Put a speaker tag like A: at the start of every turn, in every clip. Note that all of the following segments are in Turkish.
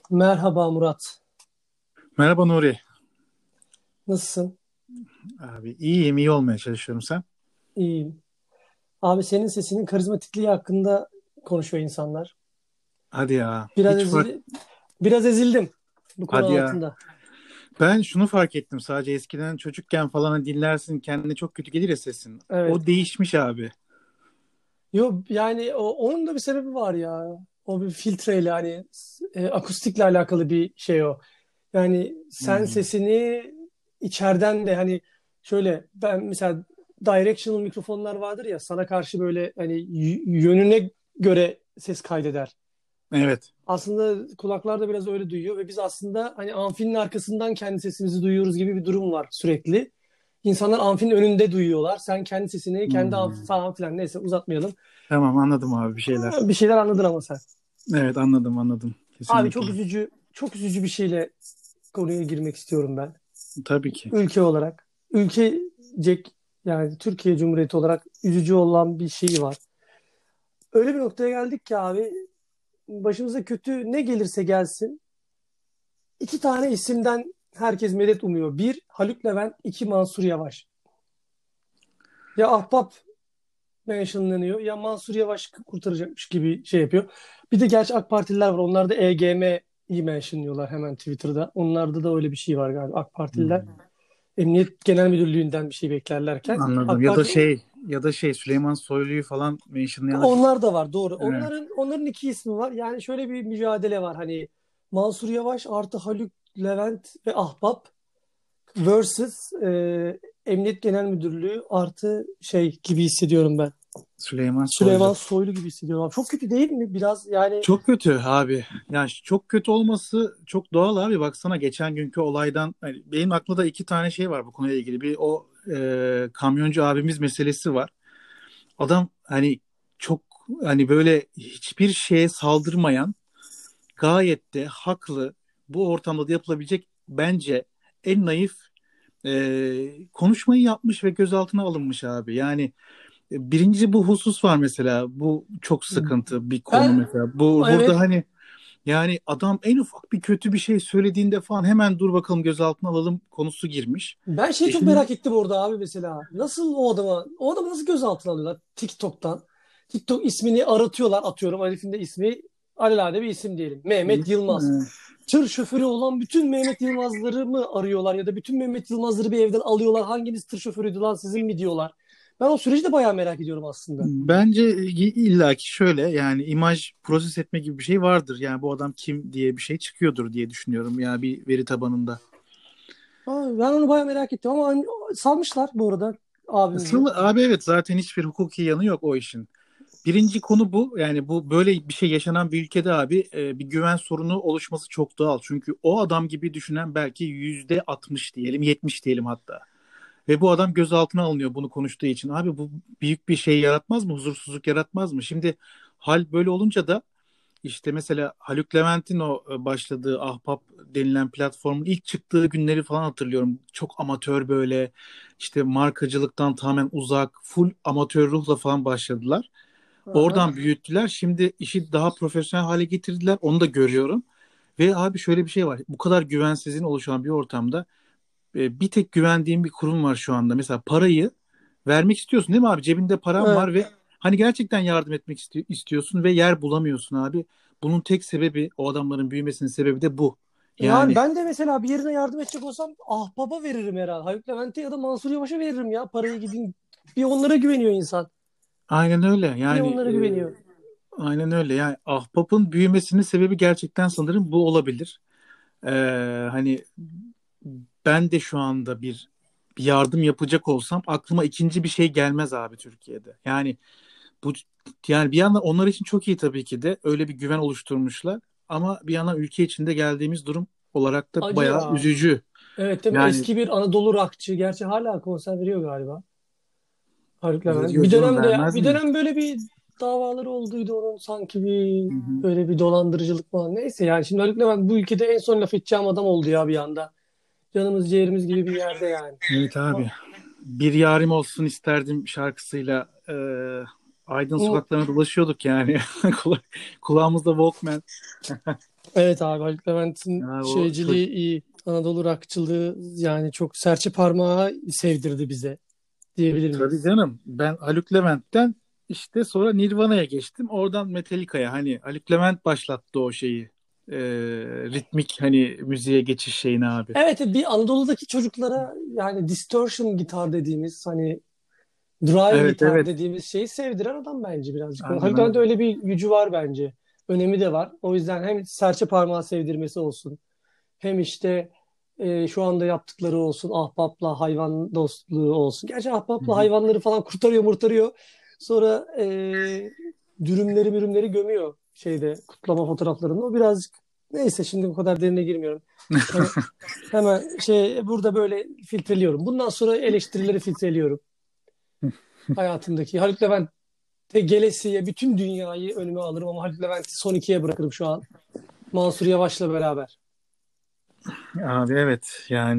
A: Merhaba Murat.
B: Merhaba Nuri.
A: Nasılsın?
B: Abi iyiyim, iyi olmaya çalışıyorum sen.
A: İyiyim. Abi senin sesinin karizmatikliği hakkında konuşuyor insanlar.
B: Hadi ya.
A: Biraz
B: Hiç fark.
A: ezil biraz ezildim bu konu
B: Hadi ya.
A: altında.
B: Ben şunu fark ettim sadece eskiden çocukken falan hani dinlersin kendine çok kötü gelir ya sesin.
A: Evet.
B: O değişmiş abi.
A: Yo yani onun da bir sebebi var ya. O bir filtreyle hani akustikle alakalı bir şey o. Yani sen
B: Hmm.
A: sesini içeriden de hani şöyle ben mesela directional mikrofonlar vardır ya sana karşı böyle hani yönüne göre ses kaydeder.
B: Evet.
A: Aslında kulaklar da biraz öyle duyuyor ve biz aslında hani amfinin arkasından kendi sesimizi duyuyoruz gibi bir durum var sürekli. İnsanlar amfinin önünde duyuyorlar. Sen kendi sesini, kendi amfi
B: Hmm.
A: falan filan neyse uzatmayalım.
B: Tamam anladım abi bir şeyler.
A: Bir şeyler anladın ama sen.
B: Evet anladım
A: Abi
B: kesinlikle.
A: çok üzücü, çok üzücü bir şeyle konuya girmek istiyorum ben.
B: Tabii ki.
A: Ülke olarak, ülkecek yani Türkiye Cumhuriyeti olarak üzücü olan bir şey var. Öyle bir noktaya geldik ki abi başımıza kötü ne gelirse gelsin İki tane isimden herkes medet umuyor. Bir Haluk Levent, iki Mansur Yavaş. Ya Ahbap mentionlanıyor ya Mansur Yavaş kurtaracakmış gibi şey yapıyor. Bir de gerçi AK Partililer var. Onlar da EGM'yi mentionlıyorlar hemen Twitter'da. Onlarda da öyle bir şey var galiba. AK Partililer
B: Hmm.
A: Emniyet Genel Müdürlüğü'nden bir şey beklerlerken
B: Anladım.
A: AK
B: Ya da
A: Parti
B: şey Süleyman Soylu'yu falan mentionlayanlar çok.
A: onlar da var doğru.
B: Evet.
A: Onların iki ismi var. Yani şöyle bir mücadele var. Hani Mansur Yavaş artı Haluk Levent ve Ahbap versus Emniyet Genel Müdürlüğü artı şey gibi hissediyorum ben.
B: Süleyman
A: Süleyman
B: Soylu.
A: Soylu gibi hissediyorum. Çok kötü değil mi? Biraz yani
B: Çok kötü abi. Yani çok kötü olması çok doğal abi. Baksana geçen günkü olaydan hani benim aklımda da iki tane şey var bu konuyla ilgili. Bir o kamyoncu abimiz meselesi var. Adam hani çok hani böyle hiçbir şeye saldırmayan gayet de haklı bu ortamda da yapılabilecek bence en naif konuşmayı yapmış ve gözaltına alınmış abi. Yani birinci bu husus var mesela. Bu çok sıkıntı bir konu
A: ben
B: mesela. Burada
A: evet
B: hani yani adam en ufak bir kötü bir şey söylediğinde falan hemen dur bakalım gözaltına alalım konusu girmiş.
A: ben şeyi çok
B: Şimdi
A: merak ettim orada abi mesela. Nasıl o adamı nasıl gözaltına alıyorlar TikTok'tan? TikTok ismini aratıyorlar atıyorum. Herifin de ismi alelade bir isim diyelim. Mehmet Yılmaz. Tır şoförü olan bütün Mehmet Yılmazları mı arıyorlar ya da bütün Mehmet Yılmazları bir evden alıyorlar. Hanginiz tır şoförüydü lan sizin mi diyorlar. Ben o süreci de bayağı merak ediyorum aslında.
B: bence illaki şöyle yani imaj proses etme gibi bir şey vardır. Yani bu adam kim diye bir şey çıkıyordur diye düşünüyorum ya bir veri tabanında.
A: Ben onu bayağı merak ettim ama hani salmışlar bu arada abimizi.
B: Abi evet zaten hiçbir hukuki yanı yok o işin. Birinci konu bu. Yani bu böyle bir şey yaşanan bir ülkede abi bir güven sorunu oluşması çok doğal. Çünkü o adam gibi düşünen belki %60 diyelim, 70 diyelim hatta. Ve bu adam gözaltına alınıyor bunu konuştuğu için. Abi bu büyük bir şey yaratmaz mı? Huzursuzluk yaratmaz mı? Şimdi hal böyle olunca da işte mesela Haluk Levent'in o başladığı Ahbap denilen platformun ilk çıktığı günleri falan hatırlıyorum. Çok amatör böyle işte markacılıktan tamamen uzak, full amatör ruhla falan başladılar.
A: Aha.
B: Oradan büyüttüler. Şimdi işi daha profesyonel hale getirdiler. Onu da görüyorum. Ve abi şöyle bir şey var. Bu kadar güvensizliğin oluşan bir ortamda bir tek güvendiğim bir kurum var şu anda. Mesela parayı vermek istiyorsun değil mi abi? Cebinde param var
A: Evet.
B: ve hani gerçekten yardım etmek istiyorsun ve yer bulamıyorsun abi. Bunun tek sebebi o adamların büyümesinin sebebi de bu.
A: Yani
B: Yani
A: ben de mesela bir yerine yardım edecek olsam Ahbap'a veririm herhalde. Haluk Levent'e ya da Mansur Yavaş'a veririm ya. Parayı gidin. Bir onlara güveniyor insan.
B: aynen öyle.
A: Bir
B: Yani
A: onlara güveniyor.
B: aynen öyle. Yani Ahbap'ın büyümesinin sebebi gerçekten sanırım bu olabilir. Ee, hani ben de şu anda bir yardım yapacak olsam aklıma ikinci bir şey gelmez abi Türkiye'de. Bu yani bir yandan onlar için çok iyi tabii ki de öyle bir güven oluşturmuşlar ama bir yandan ülke içinde geldiğimiz durum olarak da
A: Acı
B: bayağı
A: ya.
B: üzücü.
A: Evet değil mi?
B: Yani
A: Eski bir Anadolu rockçı. Gerçi hala konser veriyor galiba. Haluk Levent.
B: veriyor
A: Bir
B: canım
A: dönemde
B: vermez
A: bir
B: mi?
A: dönem böyle bir davaları olduydu onun sanki bir
B: Hı hı.
A: böyle bir dolandırıcılık falan. Neyse yani şimdi Haluk Levent bu ülkede en son laf edeceğim adam oldu ya bir anda. Canımız ciğerimiz gibi bir yerde yani.
B: Evet
A: Ama
B: abi. Bir yarim olsun isterdim şarkısıyla Aydın
A: um-
B: sokaklarına dolaşıyorduk yani. Kulağımızda Walkman.
A: Evet abi, Haluk Levent'in
B: Ya o
A: şeyciliği iyi. Anadolu rockçılığı yani çok serçe parmağı sevdirdi bize diyebilir
B: tabii
A: miyiz?
B: canım. Ben Haluk Levent'ten işte sonra Nirvana'ya geçtim. Oradan Metallica'ya. Hani Haluk Levent başlattı o şeyi. Ee, ritmik hani müziğe geçiş şeyini abi.
A: Evet, bir Anadolu'daki çocuklara yani distortion gitar dediğimiz, hani drive
B: Evet,
A: gitar
B: evet.
A: dediğimiz şeyi sevdiren adam bence birazcık.
B: Aynen
A: Haluk Levent'te
B: abi.
A: öyle bir gücü var bence. Önemi de var. O yüzden hem serçe parmağı sevdirmesi olsun, hem işte şu anda yaptıkları olsun, ahbapla hayvan dostluğu olsun. Gerçi
B: Hı
A: ahbapla
B: hı.
A: hayvanları falan kurtarıyor murtarıyor. Sonra dürümleri gömüyor şeyde, kutlama fotoğraflarında. O birazcık, neyse, şimdi bu kadar derine girmiyorum. Hemen, hemen burada böyle filtreliyorum. Bundan sonra eleştirileri filtreliyorum. Hayatımdaki Haluk Levent'e gelesiye bütün dünyayı önüme alırım ama Haluk Levent'i son ikiye bırakırım şu an. Mansur Yavaş'la beraber.
B: Abi evet yani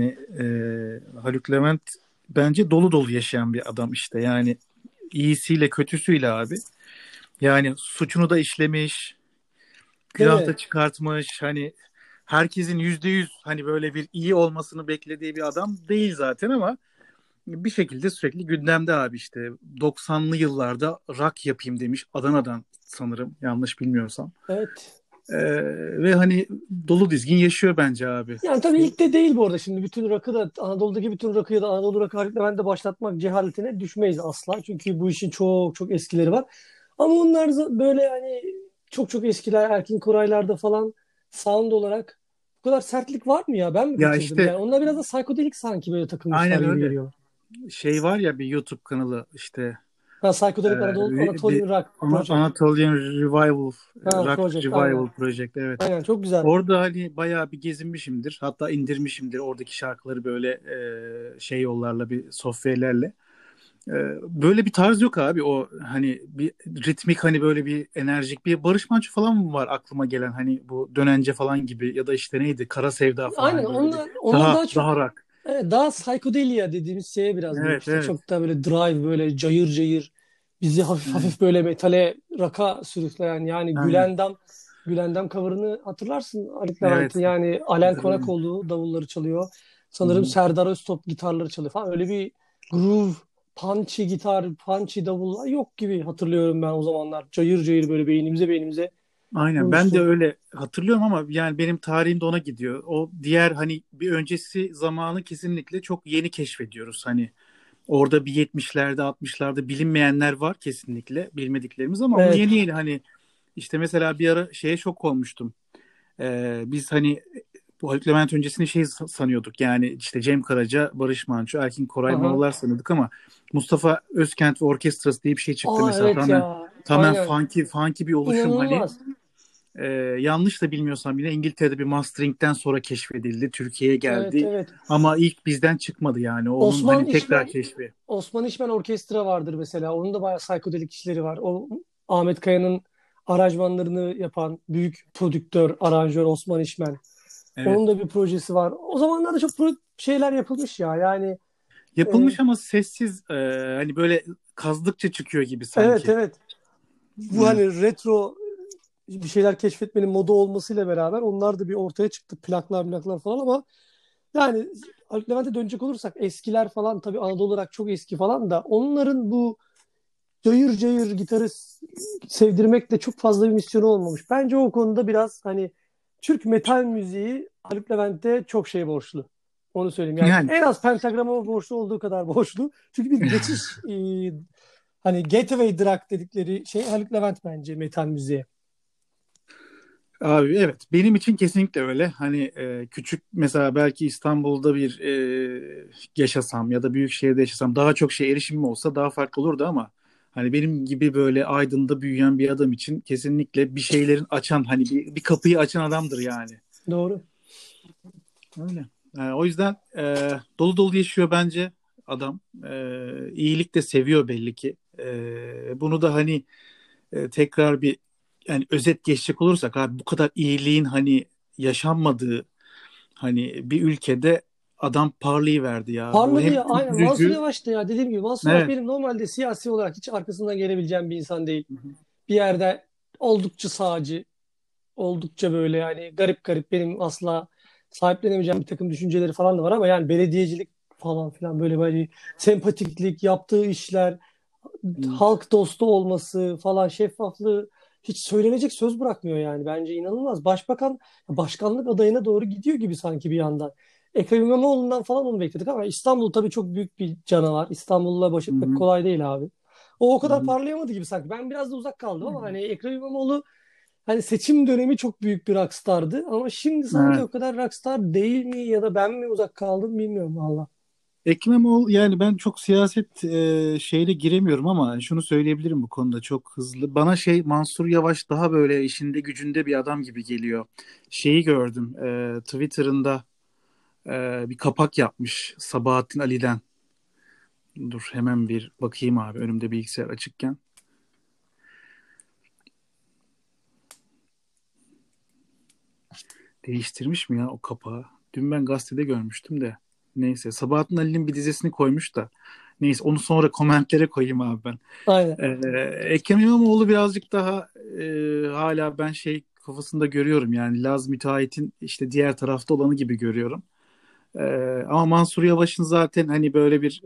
B: Haluk Levent bence dolu dolu yaşayan bir adam işte yani iyisiyle kötüsüyle abi yani suçunu da işlemiş,
A: Değil
B: günah da
A: mi?
B: çıkartmış, hani herkesin %100 hani böyle bir iyi olmasını beklediği bir adam değil zaten ama bir şekilde sürekli gündemde abi işte 90'lı yıllarda rock yapayım demiş Adana'dan sanırım yanlış bilmiyorsam.
A: Evet.
B: Ve hani dolu dizgin yaşıyor bence abi.
A: Yani tabii ilk de değil bu arada. Şimdi bütün rakı da, Anadolu'daki bütün rakıyı da Anadolu rakı Haluk Levent'te başlatmak cehaletine düşmeyiz asla. Çünkü bu işin çok çok eskileri var. Ama onlar böyle hani çok çok eskiler, Erkin Koraylar'da falan sound olarak bu kadar sertlik var mı ya? Ben mi
B: Ya
A: kaçırdım?
B: işte
A: Yani onlar biraz da psikodelik sanki böyle takılmışlar
B: aynen
A: gibi
B: öyle.
A: geliyor.
B: Şey var ya bir YouTube kanalı işte
A: Ha,
B: e,
A: Psychedelic
B: bir
A: Anatolian Rock Project.
B: Anatolian Revival
A: Ha,
B: Rock
A: Project,
B: Revival
A: aynen.
B: Project, evet.
A: Aynen, çok güzel.
B: Orada hani bayağı bir gezinmişimdir. Hatta indirmişimdir oradaki şarkıları böyle şey yollarla bir software'lerle. E, Böyle bir tarz yok abi. O hani bir ritmik hani böyle bir enerjik bir Barış Manço falan mı var aklıma gelen hani bu Dönence falan gibi ya da işte neydi Kara Sevda falan
A: Aynen,
B: hani böyle bir
A: onlar
B: daha
A: daha çok,
B: daha rock.
A: evet, daha psychedelia dediğimiz şeye biraz böyle
B: Evet,
A: işte
B: evet.
A: çok daha böyle drive, böyle cayır cayır bizi hafif
B: Evet.
A: hafif böyle metale, raka sürükleyen, yani
B: Aynen.
A: Gülendam cover'ını hatırlarsın Haluk Levent'in,
B: Evet.
A: yani Alen
B: Hatırlıyorum.
A: Konakoğlu davulları çalıyor.
B: Hı
A: Sanırım
B: hı.
A: Serdar Öztop gitarları çalıyor falan. Öyle bir groove, punchy gitar, punchy davullar yok gibi hatırlıyorum ben o zamanlar. Cayır cayır böyle beynimize
B: Aynen ben de
A: vurmuştu.
B: öyle hatırlıyorum ama yani benim tarihim de ona gidiyor. O diğer hani bir öncesi zamanı kesinlikle çok yeni keşfediyoruz. Hani orada bir 70'lerde 60'larda bilinmeyenler var kesinlikle bilmediklerimiz ama onu yeni
A: Evet.
B: yeni hani işte mesela bir ara şeye şok olmuştum. Biz hani bu Haluk Levent öncesini şey sanıyorduk yani işte Cem Karaca, Barış Manço, Erkin Koray,
A: Aha.
B: Moğollar sanıyorduk ama Mustafa Özkent ve Orkestrası diye bir şey çıktı
A: Aa,
B: mesela
A: evet
B: tamamen
A: ya.
B: tamamen
A: Aynen.
B: funky bir oluşum hani.
A: İnanılmaz.
B: Ee, Yanlış da bilmiyorsam yine İngiltere'de bir masteringden sonra keşfedildi. Türkiye'ye
A: Evet,
B: geldi.
A: evet.
B: Ama ilk bizden çıkmadı yani. Onun
A: Osman
B: hani tekrar
A: İşmen
B: keşfi.
A: Osman İşmen Orkestra vardır mesela. Onun da bayağı psikodelik işleri var. O Ahmet Kaya'nın aranjmanlarını yapan büyük prodüktör, aranjör Osman İşmen.
B: Evet.
A: Onun da bir projesi var. O zamanlarda çok şeyler yapılmış ya. Yani e,
B: Yapılmış ama sessiz hani böyle kazdıkça çıkıyor gibi
A: evet,
B: sanki.
A: evet. Bu
B: Evet.
A: hani retro bir şeyler keşfetmenin moda olmasıyla beraber onlar da bir ortaya çıktı. Plaklar falan ama yani Haluk Levent'e dönecek olursak eskiler falan, tabii Anadolu olarak çok eski falan da, onların bu cayır cayır gitarı sevdirmekle çok fazla bir misyonu olmamış. Bence o konuda biraz hani Türk metal müziği Haluk Levent'te çok şey borçlu. Onu söyleyeyim. Yani
B: Yani
A: en az Pentagram'a borçlu olduğu kadar borçlu. Çünkü bir geçiş, hani gateway drug dedikleri şey Haluk Levent bence metal müziğe.
B: abi evet benim için kesinlikle öyle. Hani küçük mesela belki İstanbul'da bir yaşasam ya da büyük şehirde yaşasam daha çok şey erişimim olsa daha farklı olurdu ama hani benim gibi böyle Aydın'da büyüyen bir adam için kesinlikle bir şeylerin açan hani bir kapıyı açan adamdır yani.
A: Doğru.
B: Öyle. O yüzden dolu dolu yaşıyor bence adam. İyilik de seviyor belli ki. Bunu da hani tekrar bir yani özet geçecek olursak abi bu kadar iyiliğin hani yaşanmadığı hani bir ülkede adam parlayıverdi ya. Bu
A: Parladı
B: hem
A: ya, aynen. Mansur
B: üzücü.
A: Yavaş da, ya dediğim gibi Mansur Yavaş
B: Evet.
A: benim normalde siyasi olarak hiç arkasından gelebileceğim bir insan değil. Bir yerde oldukça sağcı. oldukça böyle yani garip garip, benim asla sahiplenemeyeceğim bir takım düşünceleri falan da var ama yani belediyecilik falan filan, böyle sempatiklik, yaptığı işler,
B: Hı.
A: halk dostu olması falan, şeffaflığı, hiç söylenecek söz bırakmıyor yani. Bence inanılmaz. Başbakan başkanlık adayına doğru gidiyor gibi sanki bir yandan. Ekrem İmamoğlu'ndan falan onu bekledik ama İstanbul tabii çok büyük bir canavar. İstanbul'la baş
B: Hı
A: etmek
B: hı.
A: kolay değil abi. O
B: Hı
A: kadar
B: hı.
A: parlayamadı gibi sanki. Ben biraz da uzak kaldım ama hani Ekrem İmamoğlu, hani seçim dönemi çok büyük bir rockstardı ama şimdi sanki
B: Evet.
A: o kadar rockstar değil mi, ya da ben mi uzak kaldım bilmiyorum valla.
B: Ekrem İmamoğlu, yani ben çok siyaset şeyine giremiyorum ama şunu söyleyebilirim bu konuda çok hızlı. Bana Mansur Yavaş daha böyle işinde gücünde bir adam gibi geliyor. Şeyi gördüm, Twitter'ında bir kapak yapmış Sabahattin Ali'den. Dur hemen bir bakayım abi, önümde bilgisayar açıkken. Değiştirmiş mi ya o kapağı? Dün ben gazetede görmüştüm de. Neyse, Sabahattin Ali'nin bir dizesini koymuş da. Neyse, onu sonra komentlere koyayım abi ben.
A: Aynen.
B: Ekrem İmamoğlu birazcık daha hala ben kafasında görüyorum, yani Laz müteahhitin işte diğer tarafta olanı gibi görüyorum. Ee, Ama Mansur Yavaş'ın zaten hani böyle bir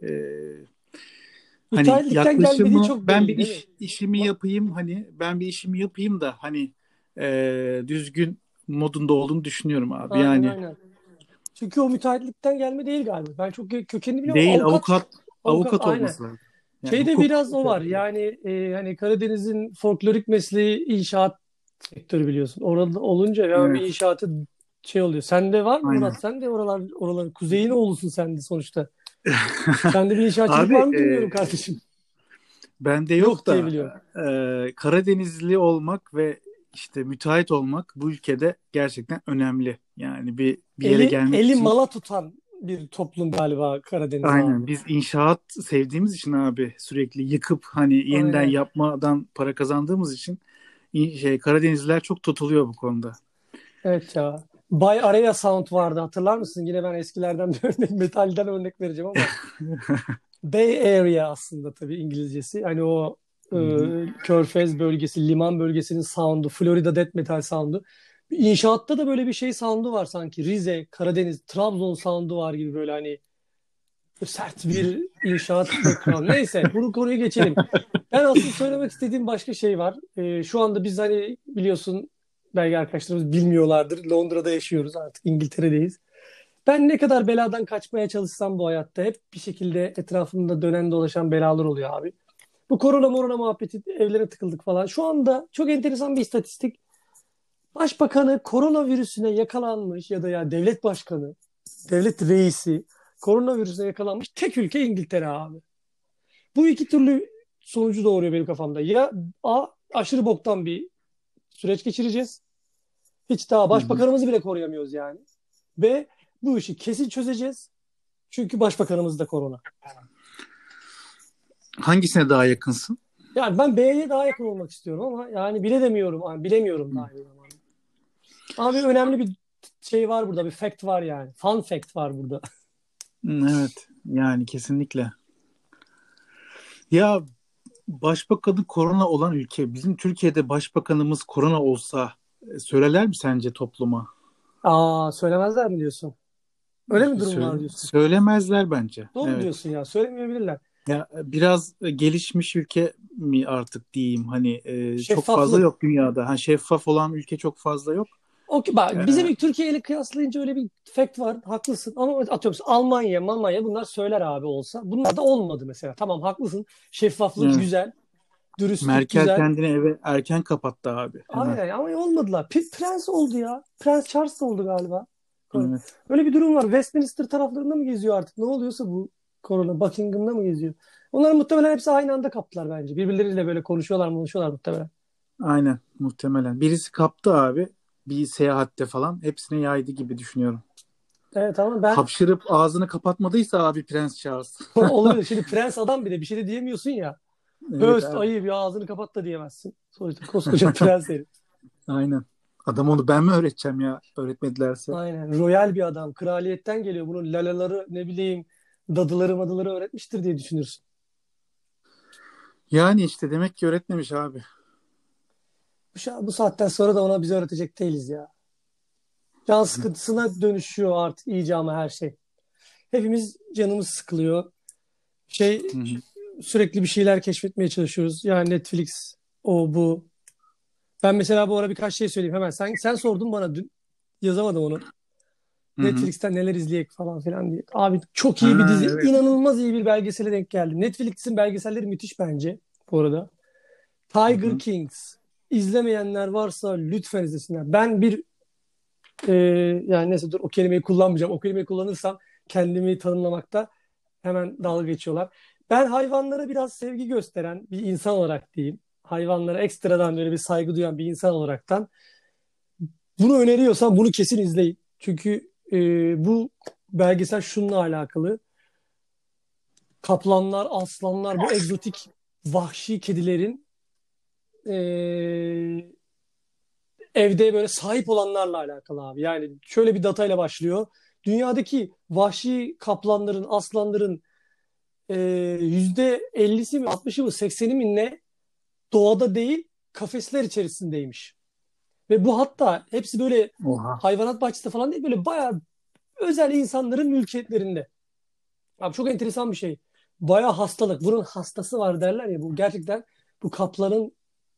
B: hani
A: Müteahhitlikten gelmediği
B: yaklaşımı,
A: çok
B: ben bir
A: belli değil mi?
B: işimi
A: Ma-
B: yapayım, hani ben bir işimi yapayım da hani düzgün modunda olduğunu düşünüyorum abi.
A: Aynen
B: Yani
A: aynen. Çünkü o müteahhitlikten gelme değil galiba. Ben çok kökenini biliyorum ama
B: değil,
A: avukat.
B: avukat
A: Aynen.
B: olması lazım. Yani
A: Şeyde
B: hukuk.
A: biraz o var. Yani hani Karadeniz'in folklorik mesleği inşaat sektörü biliyorsun. Orada olunca hemen bir
B: Evet,
A: inşaatı şey oluyor. Sende var mı
B: aynen.
A: Murat? Sen de oraların kuzeyin oğlusun sen de sonuçta. Sende bir inşaatçılık
B: Abi
A: var mı bilmiyorum kardeşim.
B: bende yok
A: Yok diye
B: da
A: biliyorum.
B: Karadenizli olmak ve işte müteahhit olmak bu ülkede gerçekten önemli. Yani bir yere gelmek
A: Eli
B: için.
A: mala tutan bir toplum galiba Karadeniz abi.
B: Aynen, biz inşaat sevdiğimiz için abi, sürekli yıkıp hani yeniden
A: Aynen.
B: yapmadan para kazandığımız için Karadenizliler çok tutuluyor bu konuda.
A: Evet ya. Bay Area Sound vardı, hatırlar mısın? Yine ben eskilerden bir örnek, metalden örnek vereceğim ama Bay Area aslında tabii İngilizcesi. Hani o
B: Hı hı.
A: Körfez bölgesi, liman bölgesinin sound'u, Florida death metal sound'u. İnşaatta da böyle bir şey sound'u var sanki. Rize, Karadeniz, Trabzon sound'u var gibi, böyle hani sert bir inşaat background. Neyse, bunu konuya geçelim. Ben asıl söylemek istediğim başka şey var. Şu anda biz hani biliyorsun, belki arkadaşlarımız bilmiyorlardır. Londra'da yaşıyoruz artık, İngiltere'deyiz. Ben ne kadar beladan kaçmaya çalışsam bu hayatta hep bir şekilde etrafımda dönen dolaşan belalar oluyor abi. Bu korona morona muhabbeti, evlere tıkıldık falan. Şu anda çok enteresan bir istatistik. Başbakanı koronavirüsüne yakalanmış ya da ya devlet başkanı, devlet reisi koronavirüsüne yakalanmış tek ülke İngiltere abi. Bu iki türlü sonucu doğuruyor benim kafamda. Ya A, aşırı boktan bir süreç geçireceğiz. Hiç daha
B: Hı hı.
A: başbakanımızı bile koruyamıyoruz yani. B, bu işi kesin çözeceğiz. Çünkü başbakanımız da korona.
B: Hangisine daha yakınsın?
A: Yani ben B'ye daha yakın olmak istiyorum ama yani bilemiyorum. Yani bilemiyorum
B: Hı.
A: daha aynı zamanda. Abi önemli bir şey var burada. Bir fact var yani. Fun fact var burada.
B: Evet, yani kesinlikle. Ya, başbakanı korona olan ülke, bizim Türkiye'de başbakanımız korona olsa söylerler mi sence topluma?
A: Aa, söylemezler mi diyorsun? Öyle mi durum var diyorsun?
B: Söylemezler bence.
A: Doğru
B: Evet.
A: diyorsun ya. Söylemeyebilirler.
B: Ya biraz gelişmiş ülke mi artık diyeyim, hani çok fazla
A: Şeffaflık.
B: yok dünyada. Ha, şeffaf olan ülke çok fazla yok.
A: Okey, bak
B: E,
A: bizim Türkiye ile kıyaslayınca öyle bir fact var. Haklısın. Ama atıyorum Almanya, Almanya bunlar söyler abi olsa. Bunlar da olmadı mesela. Tamam, haklısın. Şeffaflık
B: evet.
A: güzel. Dürüstlük
B: Merkel
A: güzel.
B: kendini eve erken kapattı abi, hemen.
A: Aynen ama olmadılar. Prens oldu ya. Prens Charles oldu galiba.
B: Evet.
A: Öyle bir durum var. Westminster taraflarında mı geziyor artık? Ne oluyorsa bu korona. Buckingham'da mı geziyor? Onlar muhtemelen hepsi aynı anda kaptılar bence. Birbirleriyle böyle konuşuyorlar muhtemelen.
B: Aynen, muhtemelen. Birisi kaptı abi, bir seyahatte falan hepsine yaydı gibi düşünüyorum.
A: Evet ama ben
B: Hapşırıp ağzını kapatmadıysa abi Prens Charles.
A: olabilir. Şimdi prens adam, bir de bir şey de diyemiyorsun ya.
B: Evet
A: Höst
B: abi.
A: ayı, bir ağzını kapat da diyemezsin. Sonuçta koskoca prens herif.
B: Aynen. Adam onu ben mi öğreteceğim ya? Öğretmedilerse.
A: Aynen. Royal bir adam. Kraliyetten geliyor. Bunun lalaları, ne bileyim, dadıları madıları öğretmiştir diye düşünürsün.
B: Yani işte demek ki öğretmemiş abi.
A: Bu saatten sonra da ona bize öğretecek değiliz ya. Can sıkıntısına dönüşüyor artık iyice ama her şey. Hepimiz canımız sıkılıyor. Şey
B: Hı hı.
A: sürekli bir şeyler keşfetmeye çalışıyoruz. Yani Netflix, o bu. Ben mesela bu ara birkaç şey söyleyeyim hemen. Sen sordun bana dün. Yazamadım onu.
B: Hı hı.
A: Netflix'ten neler izleyek falan filan diye. Abi çok iyi bir
B: Ha,
A: dizi.
B: evet.
A: İnanılmaz iyi bir belgesele denk geldim. Netflix'in belgeselleri müthiş bence bu arada.
B: Hı
A: Tiger
B: hı.
A: Kings. İzlemeyenler varsa lütfen izlesinler. Ben e, yani neyse dur o kelimeyi kullanmayacağım. O kelimeyi kullanırsam kendimi tanımlamakta hemen dalga geçiyorlar. Ben hayvanlara biraz sevgi gösteren bir insan olarak diyeyim. Hayvanlara ekstradan böyle bir saygı duyan bir insan olaraktan bunu öneriyorsam bunu kesin izleyin. Çünkü bu belgesel şununla alakalı. Kaplanlar, aslanlar, bu egzotik vahşi kedilerin e, evde böyle sahip olanlarla alakalı abi. Yani şöyle bir datayla başlıyor. Dünyadaki vahşi kaplanların, aslanların e, %50'si mi, 60'ı mı, 80'i mi ne doğada değil, kafesler içerisindeymiş. Ve bu hatta hepsi böyle
B: Oha.
A: hayvanat bahçesi falan değil, böyle bayağı özel insanların mülkiyetlerinde. Abi çok enteresan bir şey. Bayağı hastalık. Bunun hastası var derler ya. Bu gerçekten bu kaplanın,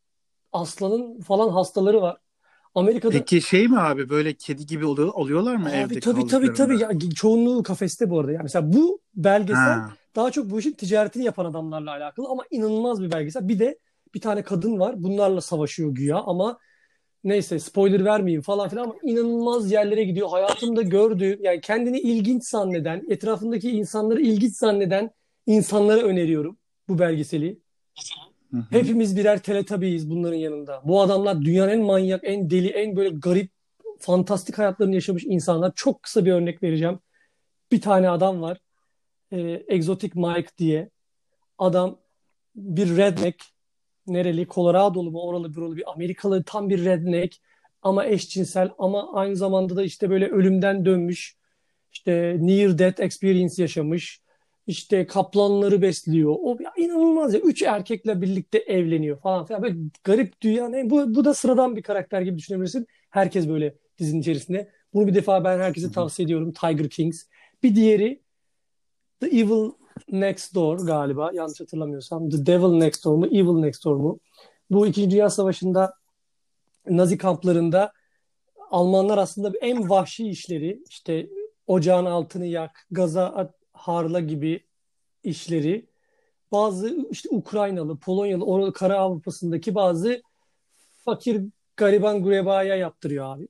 A: aslanın falan hastaları var. Amerika'da
B: Peki şey mi abi, böyle kedi gibi oluyorlar mı
A: abi
B: evde
A: tabii
B: kaldıklarında?
A: ya, çoğunluğu kafeste bu arada. Yani mesela bu belgesel
B: Ha.
A: daha çok bu işin ticaretini yapan adamlarla alakalı ama inanılmaz bir belgesel. Bir de bir tane kadın var. Bunlarla savaşıyor güya ama neyse spoiler vermeyeyim falan filan ama inanılmaz yerlere gidiyor. Hayatımda gördüğüm yani kendini ilginç zanneden, etrafındaki insanları ilginç zanneden insanlara öneriyorum bu belgeseli.
B: Hı hı.
A: Hepimiz birer teletabiyiz bunların yanında. Bu adamlar dünyanın en manyak, en deli, en böyle garip, fantastik hayatlarını yaşamış insanlar. Çok kısa bir örnek vereceğim. Bir tane adam var. Exotic Mike diye. Adam bir redneck. Nereli? Colorado'lu mu? Oralı buralı bir Amerikalı. Tam bir redneck. Ama eşcinsel. Ama aynı zamanda da işte böyle ölümden dönmüş. İşte near death experience yaşamış. İşte kaplanları besliyor. O ya inanılmaz ya. Üç erkekle birlikte evleniyor falan filan. Böyle garip dünya. Bu da sıradan bir karakter gibi düşünebilirsin. Herkes böyle dizinin içerisinde. Bunu bir defa ben
B: Hı
A: herkese
B: hı.
A: tavsiye ediyorum. Tiger Kings. Bir diğeri The Evil Next Door galiba. Yanlış hatırlamıyorsam. The Devil Next Door mu? Evil Next Door mu? Bu İkinci Dünya Savaşı'nda Nazi kamplarında Almanlar aslında en vahşi işleri işte ocağın altını yak, harla gibi işleri bazı işte Ukraynalı, Polonyalı, orada Kara Avrupa'sındaki bazı fakir gariban gurebaya yaptırıyor abi.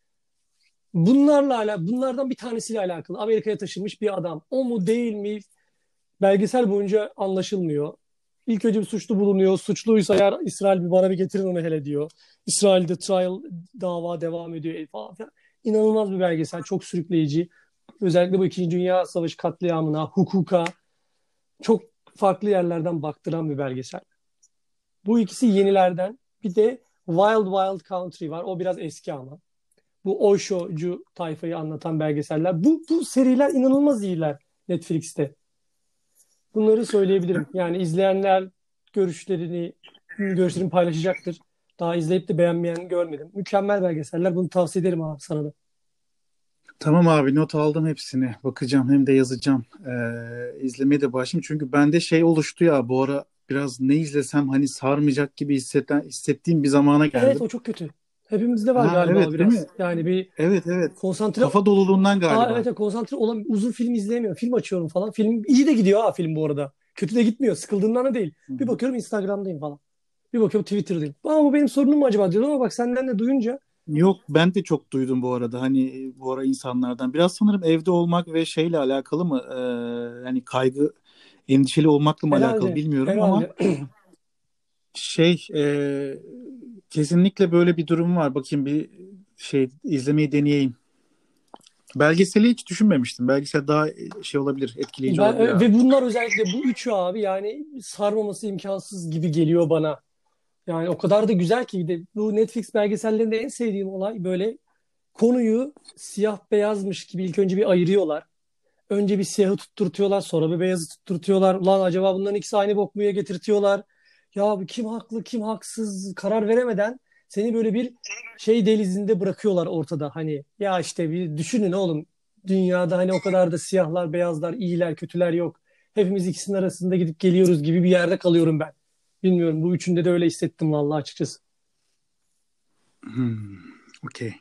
A: Bunlardan bir tanesiyle alakalı Amerika'ya taşınmış bir adam. O mu değil mi? Belgesel boyunca anlaşılmıyor. İlk önce bir suçlu bulunuyor. Suçluysa eğer İsrail bana bir getirin onu hele diyor. İsrail'de dava devam ediyor falan filan. İnanılmaz bir belgesel. Çok sürükleyici. Özellikle bu İkinci Dünya Savaşı katliamına, hukuka çok farklı yerlerden baktıran bir belgesel. Bu ikisi yenilerden. Bir de Wild Wild Country var. O biraz eski ama. Bu Osho'cu tayfayı anlatan belgeseller. Bu seriler inanılmaz iyiler Netflix'te. Bunları söyleyebilirim. Yani izleyenler görüşlerini paylaşacaktır. Daha izleyip de beğenmeyen görmedim. Mükemmel belgeseller. Bunu tavsiye ederim abi sana da.
B: Tamam abi, not aldım hepsini. Bakacağım, hem de yazacağım. İzlemeye de başlayayım. Çünkü bende şey oluştu ya bu ara, biraz ne izlesem hani sarmayacak gibi hissettiğim bir zamana
A: Evet
B: geldim.
A: o çok kötü. Hepimizde var
B: Ha,
A: galiba o
B: evet değil
A: biraz.
B: mi?
A: Yani bir
B: Evet, evet.
A: konsantre
B: Kafa doluluğundan galiba.
A: evet, konsantre olan uzun film izleyemiyorum. Film açıyorum falan. Film iyi de gidiyor ha film bu arada. Kötü de gitmiyor. Sıkıldığımdan da değil.
B: Hı
A: Bir
B: hı.
A: bakıyorum Instagram'dayım falan. Bir bakıyorum Twitter'dayım. Ama bu benim sorunum mu acaba diyordum ama bak senden de duyunca
B: Yok, ben de çok duydum bu arada, hani bu ara insanlardan. Biraz sanırım evde olmak ve şeyle alakalı mı? Yani kaygı, endişeli olmakla mı alakalı
A: herhalde
B: bilmiyorum ama
A: herhalde
B: şey kesinlikle böyle bir durum var. Bakayım, bir şey izlemeyi deneyeyim. Belgeseli hiç düşünmemiştim. Belgesel daha şey olabilir, etkileyici olabilir abi.
A: Ve bunlar özellikle bu üçü abi yani sarmaması imkansız gibi geliyor bana. Yani o kadar da güzel ki bir de bu Netflix belgesellerinde en sevdiğim olay böyle konuyu siyah beyazmış gibi ilk önce bir ayırıyorlar. Önce bir siyahı tutturtuyorlar sonra bir beyazı tutturtuyorlar. Ulan acaba bunların ikisi aynı bok muya getirtiyorlar. Ya bu kim haklı kim haksız karar veremeden seni böyle bir şey delizinde bırakıyorlar ortada. Hani ya işte bir düşünün oğlum, dünyada hani o kadar da siyahlar, beyazlar, iyiler, kötüler yok. Hepimiz ikisinin arasında gidip geliyoruz gibi bir yerde kalıyorum ben. Bilmiyorum, bu üçünde de öyle hissettim vallahi açıkçası.
B: Okey.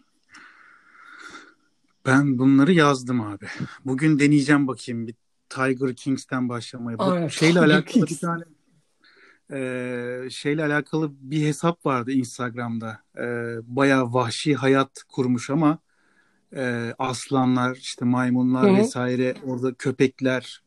B: Ben bunları yazdım abi. Bugün deneyeceğim bakayım bir Tiger Kings'ten başlamayı. Bu
A: Aynen.
B: şeyle
A: Tiger
B: alakalı bir
A: Kings.
B: tane şeyle alakalı bir hesap vardı Instagram'da. Bayağı vahşi hayat kurmuş ama aslanlar, işte
A: Hı
B: maymunlar
A: hı.
B: vesaire, orada köpekler,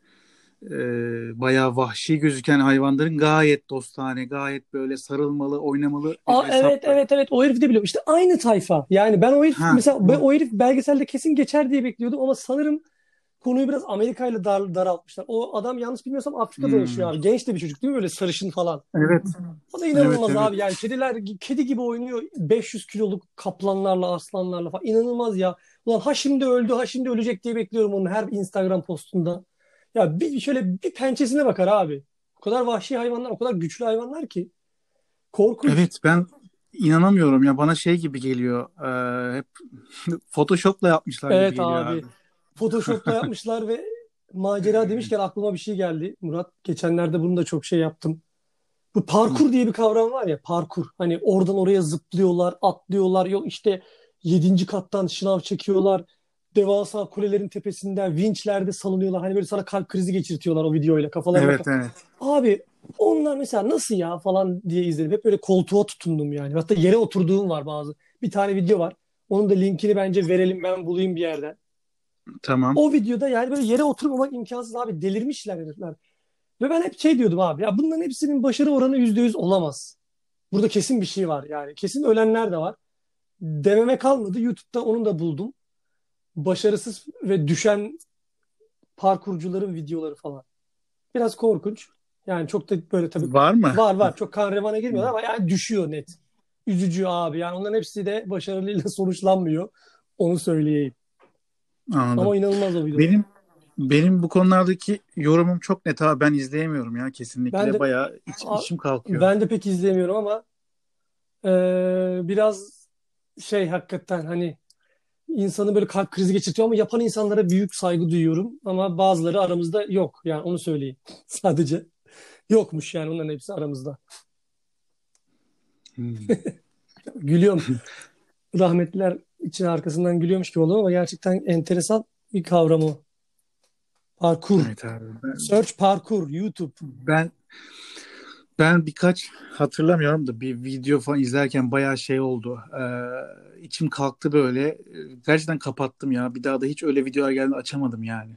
B: bayağı vahşi gözüken hayvanların gayet dostane, gayet böyle sarılmalı, oynamalı bir
A: Aa, evet
B: hesaptı.
A: evet evet, o herifi de biliyorum. İşte aynı tayfa. Yani ben o herif
B: Ha,
A: mesela, ben
B: o,
A: o herif belgeselde kesin geçer diye bekliyordum ama sanırım konuyu biraz Amerika ile daraltmışlar. O adam yanlış bilmiyorsam Afrika'da yaşıyor
B: hmm,
A: abi. Genç de bir çocuk değil mi? Böyle sarışın falan.
B: evet,
A: O da
B: evet,
A: inanılmaz
B: evet.
A: abi. Yani kediler kedi gibi oynuyor. 500 kiloluk kaplanlarla, aslanlarla falan. İnanılmaz ya. Ulan ha şimdi öldü, ha şimdi ölecek diye bekliyorum onun her Instagram postunda. Ya bir şöyle bir pençesine bakar abi. O kadar vahşi hayvanlar, o kadar güçlü hayvanlar ki. Korkunç.
B: Evet, ben inanamıyorum ya, bana şey gibi geliyor. Hep Photoshop'la yapmışlar gibi
A: Evet
B: geliyor abi.
A: abi. Photoshop'la yapmışlar ve macera demişken aklıma bir şey geldi. Murat, geçenlerde bunu da çok şey yaptım. Bu
B: Hı.
A: parkur diye bir kavram var ya, parkur. Hani oradan oraya zıplıyorlar, atlıyorlar. Yok işte yedinci kattan şınav çekiyorlar. Devasa kulelerin tepesinden vinçlerde salınıyorlar. Hani böyle sana kalp krizi geçirtiyorlar o videoyla. Kafalarına
B: Evet, evet.
A: Abi onlar mesela nasıl ya falan diye izledim. Hep böyle koltuğa tutundum yani. Hatta yere oturduğum var bazı. Bir tane video var. Onun da linkini bence verelim, ben bulayım bir yerden.
B: Tamam.
A: O videoda yani böyle yere oturmamak imkansız abi. Delirmişler herifler. Ve ben hep şey diyordum abi. Ya bunların hepsinin başarı oranı %100 olamaz. Burada kesin bir şey var yani. Kesin ölenler de var. Dememe kalmadı. YouTube'da onu da buldum. Başarısız ve düşen parkurcuların videoları falan. Biraz korkunç. Yani çok da böyle tabii
B: Var mı?
A: var var. Çok kan revana
B: Hı.
A: girmiyorlar ama yani düşüyor net. Üzücü abi. Yani onların hepsi de başarılıyla sonuçlanmıyor. Onu söyleyeyim.
B: Anladım.
A: Ama inanılmaz o videolar.
B: Benim benim bu konulardaki yorumum çok net abi. Ben izleyemiyorum ya,
A: Ben
B: kesinlikle.
A: de
B: Bayağı içim kalkıyor.
A: ben de pek izleyemiyorum ama biraz şey, hakikaten hani insanı böyle kalp krizi geçirtiyor ama yapan insanlara büyük saygı duyuyorum. Ama bazıları aramızda yok. Yani onu söyleyeyim. Sadece yokmuş yani, onların hepsi aramızda.
B: Hmm.
A: Gülüyorum. Rahmetliler için arkasından gülüyormuş gibi oldum ama gerçekten enteresan bir kavram o. Parkur.
B: Evet abi.
A: Search parkur. YouTube.
B: Ben birkaç, hatırlamıyorum da, bir video falan izlerken bayağı şey oldu. İçim kalktı böyle. Gerçekten kapattım ya. Bir daha da hiç öyle videolar geldi açamadım yani.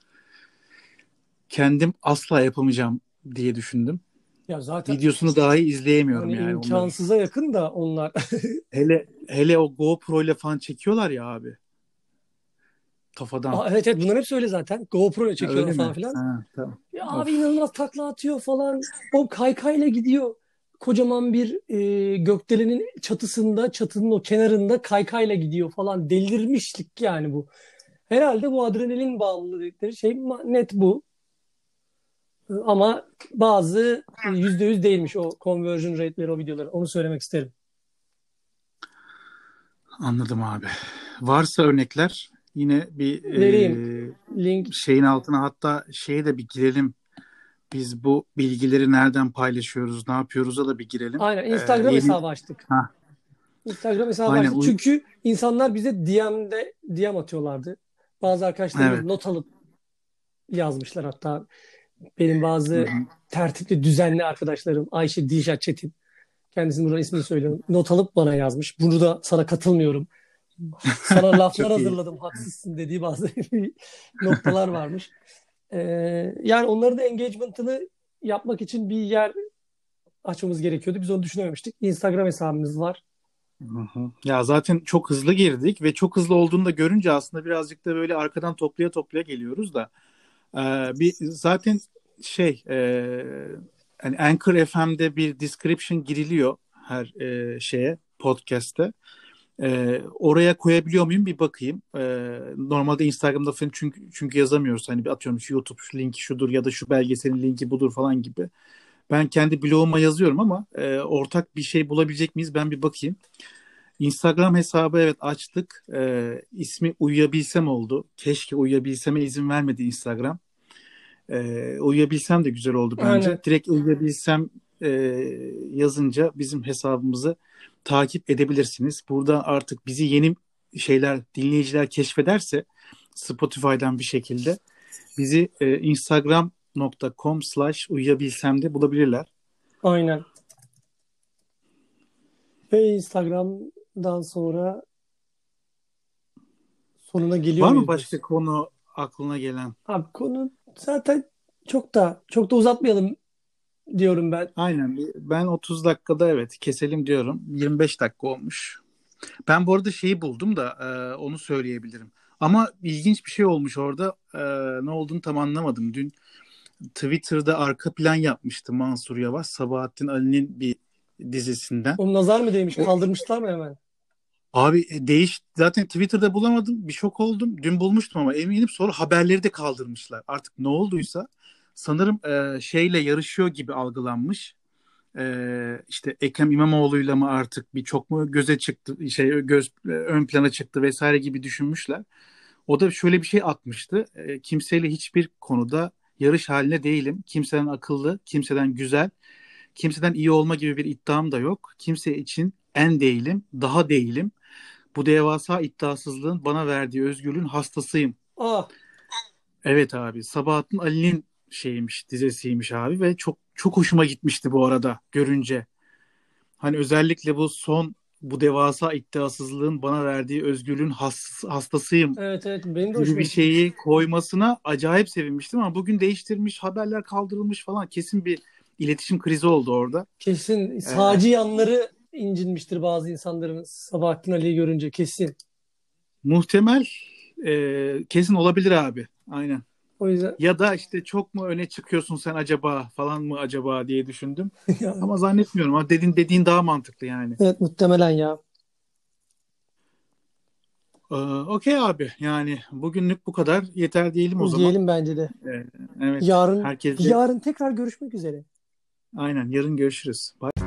B: Kendim asla yapamayacağım diye düşündüm.
A: Ya zaten
B: Videosunu dahi izleyemiyorum
A: hani
B: yani onların.
A: imkansıza yakın da onlar.
B: Hele o GoPro ile falan çekiyorlar ya abi, kafadan.
A: Evet evet, bunların hepsi öyle zaten. GoPro ile
B: Ha,
A: çekiyorlar
B: öyle
A: falan
B: mi?
A: filan.
B: Ha, tamam.
A: Ya abi
B: Of.
A: inanılmaz takla atıyor falan. O kaykayla gidiyor. Kocaman bir gökdelenin çatısında, çatının o kenarında kaykayla gidiyor falan. Delirmişlik yani bu. Herhalde bu adrenalin bağımlılığı dedikleri şey net bu. Ama bazı %100 değilmiş o conversion rate'leri o videoları. Onu söylemek isterim.
B: Anladım abi. Varsa örnekler yine bir
A: Vereyim link.
B: şeyin altına, hatta şeye de bir girelim. Biz bu bilgileri nereden paylaşıyoruz, ne yapıyoruz'a da bir girelim.
A: Aynen, Instagram
B: Yeni,
A: hesabı açtık.
B: ha,
A: Instagram hesabı
B: aynen
A: açtık.
B: uy,
A: Çünkü insanlar bize DM atıyorlardı. Bazı arkadaşlarımız
B: evet.
A: not alıp yazmışlar hatta. Benim
B: Hı
A: bazı
B: hı.
A: tertipli, düzenli arkadaşlarım Ayşe Dijat Çetin. Kendisinin buradan ismini söylüyorum. Not alıp bana yazmış. Bunu da sana katılmıyorum. Sana laflar
B: Çok iyi.
A: hazırladım. Haksızsın dediği bazı noktalar varmış. Yani onların da engagement'ını yapmak için bir yer açmamız gerekiyordu. Biz onu düşünememiştik. Instagram hesabımız var.
B: Hı hı. Ya zaten çok hızlı girdik ve çok hızlı olduğunu da görünce aslında birazcık da böyle arkadan toplaya toplaya geliyoruz da. Bir zaten şey, hani Anchor FM'de bir description giriliyor her podcast'te. Oraya koyabiliyor muyum bir bakayım. Normalde Instagram'da falan çünkü yazamıyoruz. Hani bir atıyorum şu YouTube şu linki şudur ya da şu belgeselin linki budur falan gibi. Ben kendi bloguma yazıyorum ama ortak bir şey bulabilecek miyiz? Ben bir bakayım. Instagram hesabı evet açtık. İsmi Uyuyabilsem oldu. Keşke Uyuyabilsem'e izin vermedi Instagram. Uyuyabilsem de güzel oldu bence.
A: Aynen.
B: Direkt Uyuyabilsem e, yazınca bizim hesabımızı takip edebilirsiniz. Burada artık bizi yeni dinleyiciler keşfederse Spotify'dan bir şekilde bizi instagram.com/uyuyabilsemde bulabilirler.
A: Aynen. Ve Instagram'dan sonra sonuna geliyor
B: Var mı
A: muyuz
B: başka
A: diyorsun?
B: konu aklına gelen?
A: Abi konu zaten çok da uzatmayalım diyorum ben.
B: Aynen. Ben 30 dakikada evet keselim diyorum. 25 dakika olmuş. Ben bu arada şeyi buldum da onu söyleyebilirim. Ama ilginç bir şey olmuş orada. Ne olduğunu tam anlamadım. Dün Twitter'da arka plan yapmıştı Mansur Yavaş. Sabahattin Ali'nin bir dizisinden.
A: O nazar mı değmiş?
B: O,
A: Kaldırmışlar mı hemen?
B: abi zaten Twitter'da bulamadım. Bir şok oldum. Dün bulmuştum ama eminim sonra haberleri de kaldırmışlar. Artık ne olduysa sanırım şeyle yarışıyor gibi algılanmış. İşte Ekrem İmamoğlu'yla mı artık bir çok mu göze çıktı ön plana çıktı vesaire gibi düşünmüşler. O da şöyle bir şey atmıştı. Kimseyle hiçbir konuda yarış haline değilim. Kimseden akıllı, kimseden güzel, kimseden iyi olma gibi bir iddiam da yok. Kimse için en değilim, daha değilim. Bu devasa iddiasızlığın bana verdiği özgürlüğün hastasıyım.
A: Ah,
B: Evet abi, Sabahattin Ali'nin dizisiymiş abi ve çok çok hoşuma gitmişti bu arada görünce. Hani özellikle bu devasa iddiasızlığın bana verdiği özgürlüğün hastasıyım
A: evet evet, benim de
B: gibi
A: hoşuma
B: bir
A: gitmiş.
B: şeyi koymasına acayip sevinmiştim ama bugün değiştirmiş, haberler kaldırılmış falan. Kesin bir iletişim krizi oldu orada.
A: Kesin
B: Ee,
A: sağcı yanları incinmiştir bazı insanların Sabahattin Ali'yi görünce, kesin.
B: muhtemel kesin olabilir abi. Aynen.
A: O yüzden
B: Ya da işte çok mu öne çıkıyorsun sen acaba falan mı acaba diye düşündüm.
A: ya,
B: Ama zannetmiyorum. Ama dediğin daha mantıklı yani.
A: evet muhtemelen ya.
B: Okey abi. Yani bugünlük bu kadar. Yeter diyelim o zaman.
A: Diyelim bence de.
B: Evet.
A: Yarın
B: Herkese
A: yarın tekrar görüşmek üzere.
B: aynen yarın görüşürüz. Bye.